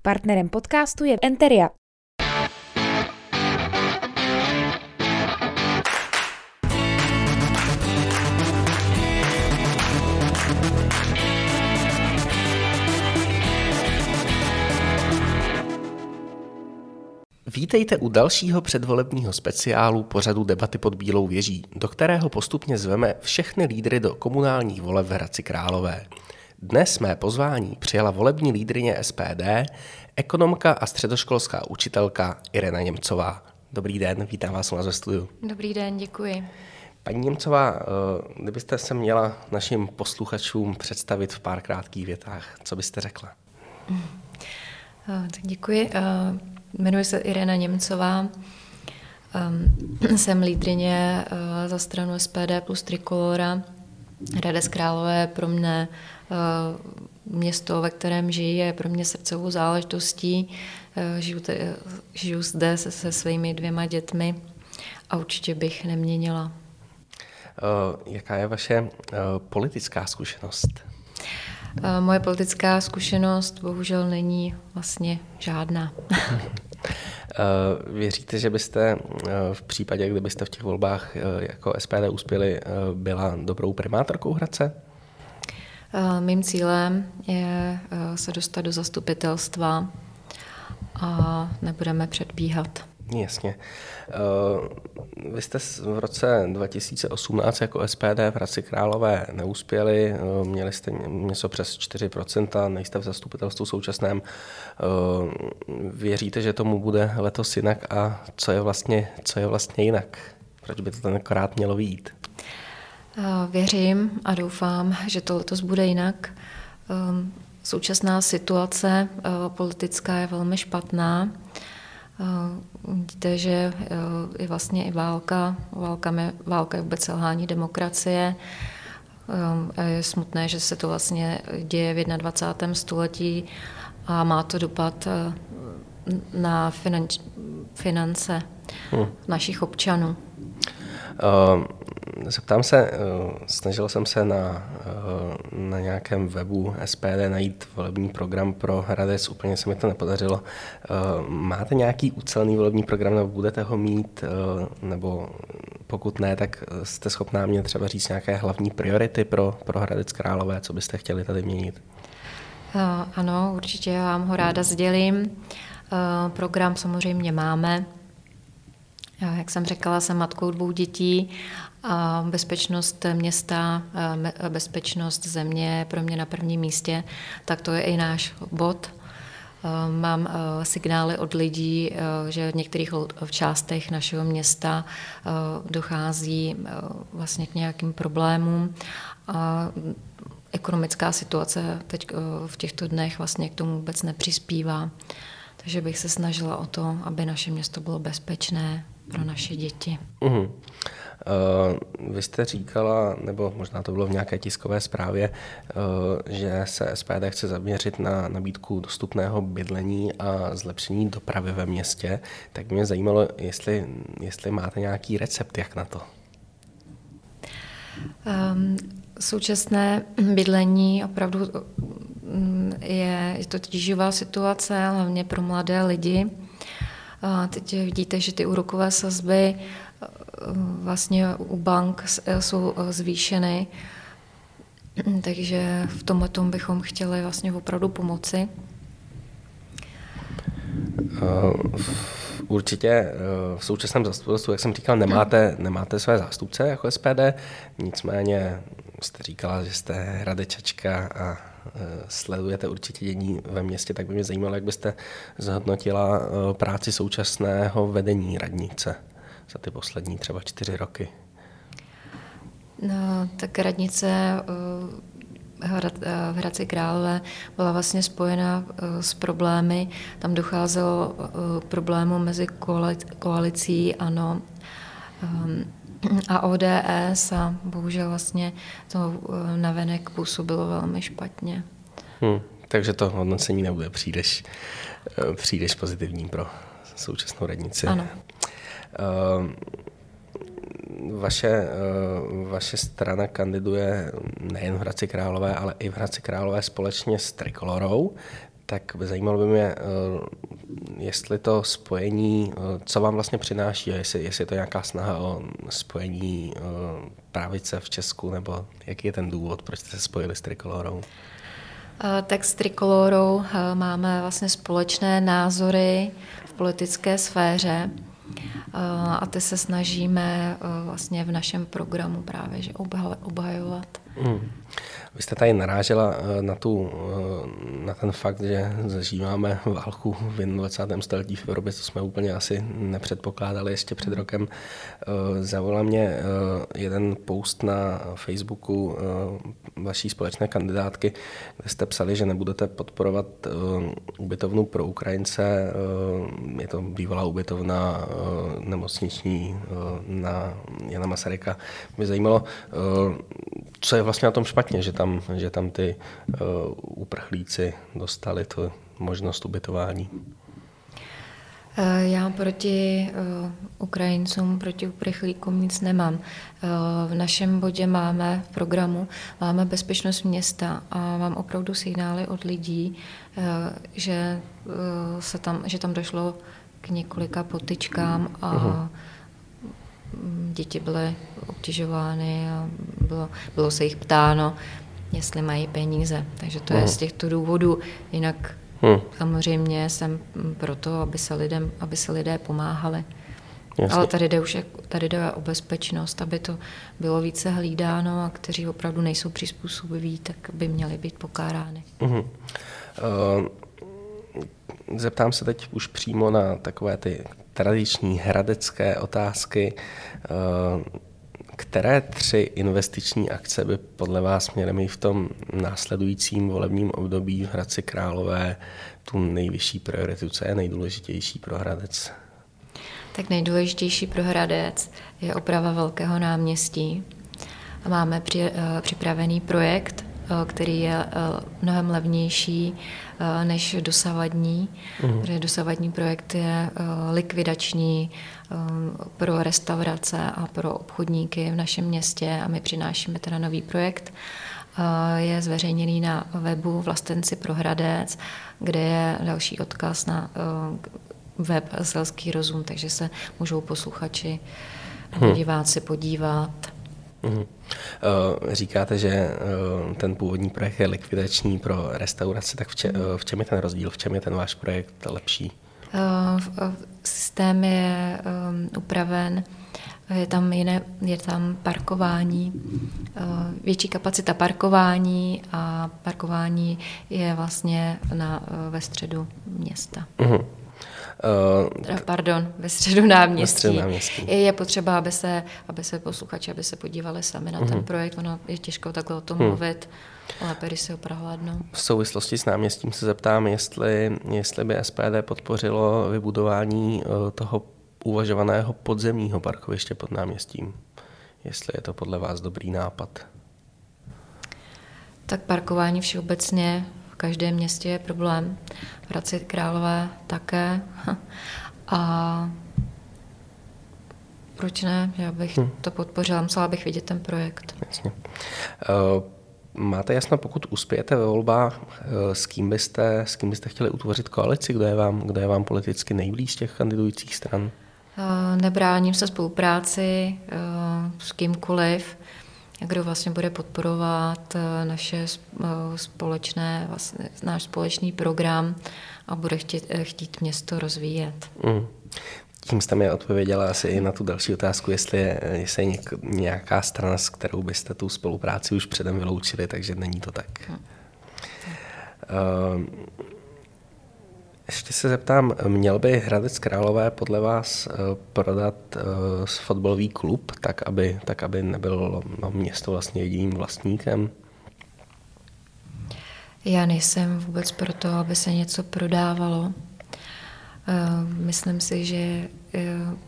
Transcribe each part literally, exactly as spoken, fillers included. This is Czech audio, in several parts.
Partnerem podcastu je Enteria. Vítejte u dalšího předvolebního speciálu pořadu Debaty pod Bílou věží, do kterého postupně zveme všechny lídry do komunálních voleb v Hradci Králové. Dnes mé pozvání přijala volební lídryně S P D, ekonomka a středoškolská učitelka Irena Němcová. Dobrý den, vítám vás u nás ve studiu. Dobrý den, děkuji. Paní Němcová, kdybyste se měla našim posluchačům představit v pár krátkých větách, co byste řekla? Tak děkuji. Jmenuji se Irena Němcová. Jsem lídryně za stranu S P D plus Trikolora. Hradec Králové je pro mne město, ve kterém žiji, je pro mě srdcovou záležitostí. Žiju, te, žiju zde se, se svými dvěma dětmi a určitě bych neměnila. Jaká je vaše politická zkušenost? Moje politická zkušenost bohužel není vlastně žádná. Věříte, že byste v případě, kdybyste v těch volbách jako S P D uspěli, byla dobrou primátorkou Hradce? Mým cílem je se dostat do zastupitelstva a nebudeme předbíhat. Jasně. Vy jste v roce dva tisíce osmnáct jako S P D v Hradci Králové neuspěli, měli jste něco přes čtyři procenta, nejste v zastupitelstvu současném. Věříte, že tomu bude letos jinak a co je vlastně, co je vlastně jinak? Proč by to tenkrát mělo vyjít? Věřím a doufám, že to letos bude jinak. Současná situace politická je velmi špatná. Vidíte, že je vlastně i válka, válka je, válka je vůbec selhání demokracie. Je smutné, že se to vlastně děje v dvacátém prvním století a má to dopad na finanč, finance hmm. našich občanů. Uh, zeptám se, uh, snažil jsem se na, uh, na nějakém webu S P D najít volební program pro Hradec, úplně se mi to nepodařilo. Uh, máte nějaký ucelený volební program, nebo budete ho mít, uh, nebo pokud ne, tak jste schopná mě třeba říct nějaké hlavní priority pro, pro Hradec Králové, co byste chtěli tady měnit? Uh, ano, určitě vám ho ráda sdělím. Uh, program samozřejmě máme. Jak jsem řekla, jsem matkou dvou dětí a bezpečnost města, bezpečnost země je pro mě na prvním místě, tak to je i náš bod. Mám signály od lidí, že v některých částech našeho města dochází vlastně k nějakým problémům. A ekonomická situace teď v těchto dnech vlastně k tomu vůbec nepřispívá. Takže bych se snažila o to, aby naše město bylo bezpečné pro naše děti. Uhum. Uh, vy jste říkala, nebo možná to bylo v nějaké tiskové zprávě, uh, že se S P D chce zaměřit na nabídku dostupného bydlení a zlepšení dopravy ve městě. Tak mě zajímalo, jestli, jestli máte nějaký recept, jak na to. Um, současné bydlení opravdu je, je to tíživá situace, hlavně pro mladé lidi. A teď vidíte, že ty úrokové sazby vlastně u bank jsou zvýšeny, takže v tomhle tom bychom chtěli vlastně opravdu pomoci. Určitě v současném zastupitelstvu, jak jsem říkal, nemáte, nemáte své zástupce jako S P D, nicméně jste říkala, že jste hradečačka a sledujete určitě dění ve městě, tak by mě zajímalo, jak byste zhodnotila práci současného vedení radnice za ty poslední třeba čtyři roky. No, tak radnice v Hradci Králové byla vlastně spojena s problémy. Tam docházelo k problému mezi koalicí ANO a O D S a bohužel vlastně to navenek působilo velmi špatně. Hmm, takže to hodnocení nebude příliš, příliš pozitivní pro současnou radnici. Ano. Uh, Vaše, vaše strana kandiduje nejen v Hradci Králové, ale i v Hradci Králové společně s Trikolorou. tak zajímalo by mě, jestli to spojení, co vám vlastně přináší, a jestli, jestli je to nějaká snaha o spojení právice v Česku, nebo jaký je ten důvod, proč jste se spojili s Trikolórou? Tak s Trikolórou máme vlastně společné názory v politické sféře a ty se snažíme vlastně v našem programu právě že obhajovat. Hmm. Vy jste tady narážela na, tu, na ten fakt, že zažíváme válku v dvacátém století v Evropě, co jsme úplně asi nepředpokládali ještě před rokem. Zavolal mě jeden post na Facebooku vaší společné kandidátky, kde jste psali, že nebudete podporovat ubytovnu pro Ukrajince. Je to bývalá ubytovna nemocniční na Jana Masaryka. Mě zajímalo, co je vlastně na tom špatně, že tam, že tam ty uh, uprchlíci dostali tu možnost ubytování. Já proti uh, Ukrajincům, proti uprchlíkům nic nemám. Uh, v našem bodě máme v programu máme bezpečnost města a mám opravdu signály od lidí, uh, že, uh, se tam, že tam došlo k několika potyčkám a uh-huh. děti byly obtěžovány a bylo, bylo se jich ptáno, jestli mají peníze. Takže to je z těchto důvodů. Jinak hmm. samozřejmě jsem proto, aby se, lidem, aby se lidé pomáhali. Jasně. Ale tady jde už tady jde o bezpečnost, aby to bylo více hlídáno a kteří opravdu nejsou přizpůsobiví, tak by měli být pokárány. Hmm. Uh, zeptám se teď už přímo na takové ty tradiční hradecké otázky. Které tři investiční akce by podle vás měly mít v tom následujícím volebním období v Hradci Králové tu nejvyšší prioritu? Co je nejdůležitější pro Hradec? Tak nejdůležitější pro Hradec je oprava Velkého náměstí. Máme při, připravený projekt, který je mnohem levnější než dosavadní, uhum. protože dosavadní projekt je likvidační pro restaurace a pro obchodníky v našem městě a my přinášíme teda nový projekt. Je zveřejněný na webu Vlastenci pro Hradec, kde je další odkaz na web Selský rozum, takže se můžou posluchači, hmm. diváci podívat. Uhum. Říkáte, že ten původní projekt je likvidační pro restauraci, tak v, če, v čem je ten rozdíl, v čem je ten váš projekt lepší? Systém je upraven, je tam, jiné, je tam parkování, větší kapacita parkování a parkování je vlastně na, ve středu města. Uhum. Uh, Pardon, ve středu náměstí. Středu náměstí. Je potřeba, aby se, aby se posluchači, aby se podívali sami na uh-huh. ten projekt. Ono je těžko takhle o tom uh-huh. mluvit, lépe, když si ho prohlédnou. V souvislosti s náměstím se zeptám, jestli, jestli by S P D podpořilo vybudování toho uvažovaného podzemního parkoviště pod náměstím. Jestli je to podle vás dobrý nápad. Tak parkování všeobecně v každém městě je problém. V Hradci Králové také. A proč ne? Já bych hmm. to podpořila. Musela bych vidět ten projekt. Jasně. Uh, máte jasno, pokud uspějete ve volbách, uh, s kým byste, s kým byste chtěli utvořit koalici? Kdo je vám, kdo je vám politicky nejblíž těch kandidujících stran? Uh, nebráním se spolupráci uh, s kýmkoliv, kdo vlastně bude podporovat naše společné, vlastně náš společný program a bude chtít, chtít město rozvíjet. Mm. Tím jste mi odpověděla asi i na tu další otázku, jestli je, jestli je nějaká strana, s kterou byste tu spolupráci už předem vyloučili, takže není to tak. Mm. Uh, Ještě se zeptám, měl by Hradec Králové podle vás prodat fotbalový klub, tak aby, tak aby nebylo město vlastně jediným vlastníkem? Já nejsem vůbec pro to, aby se něco prodávalo. Myslím si, že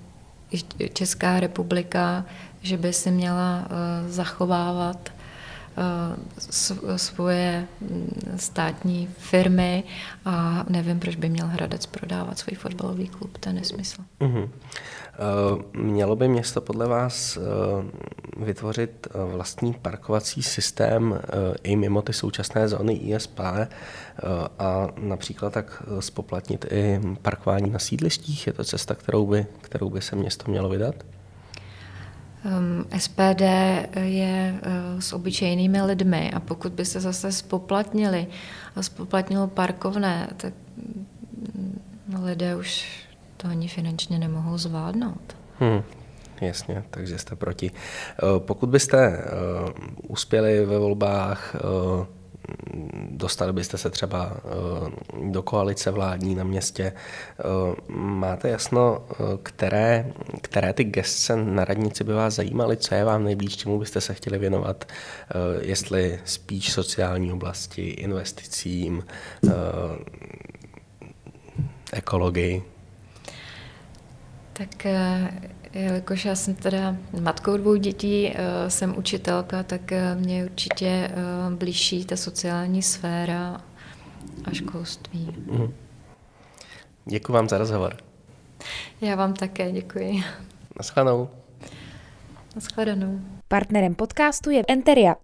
Česká republika, že by si měla zachovávat svoje státní firmy a nevím, proč by měl Hradec prodávat svůj fotbalový klub, to je nesmysl. Mm-hmm. Mělo by město podle vás vytvořit vlastní parkovací systém i mimo ty současné zóny I S P a například tak spoplatnit i parkování na sídlištích? Je to cesta, kterou by, kterou by se město mělo vydat? S P D je s obyčejnými lidmi a pokud by se zase spoplatnili a spoplatnilo parkovné, tak lidé už to ani finančně nemohou zvládnout. Hmm, jasně, takže jste proti. Pokud byste uspěli ve volbách, dostali byste se třeba do koalice vládní na městě. Máte jasno, které, které ty gesce na radnici by vás zajímaly, co je vám nejblíž, čemu byste se chtěli věnovat, jestli spíš sociální oblasti, investicím, ekologii? Tak jelikož já jsem teda matkou dvou dětí, jsem učitelka, tak mě určitě blíží ta sociální sféra a školství. Mm. Děkuji vám za rozhovor. Já vám také děkuji. Naschledanou. Naschledanou. Partnerem podcastu je Enteria.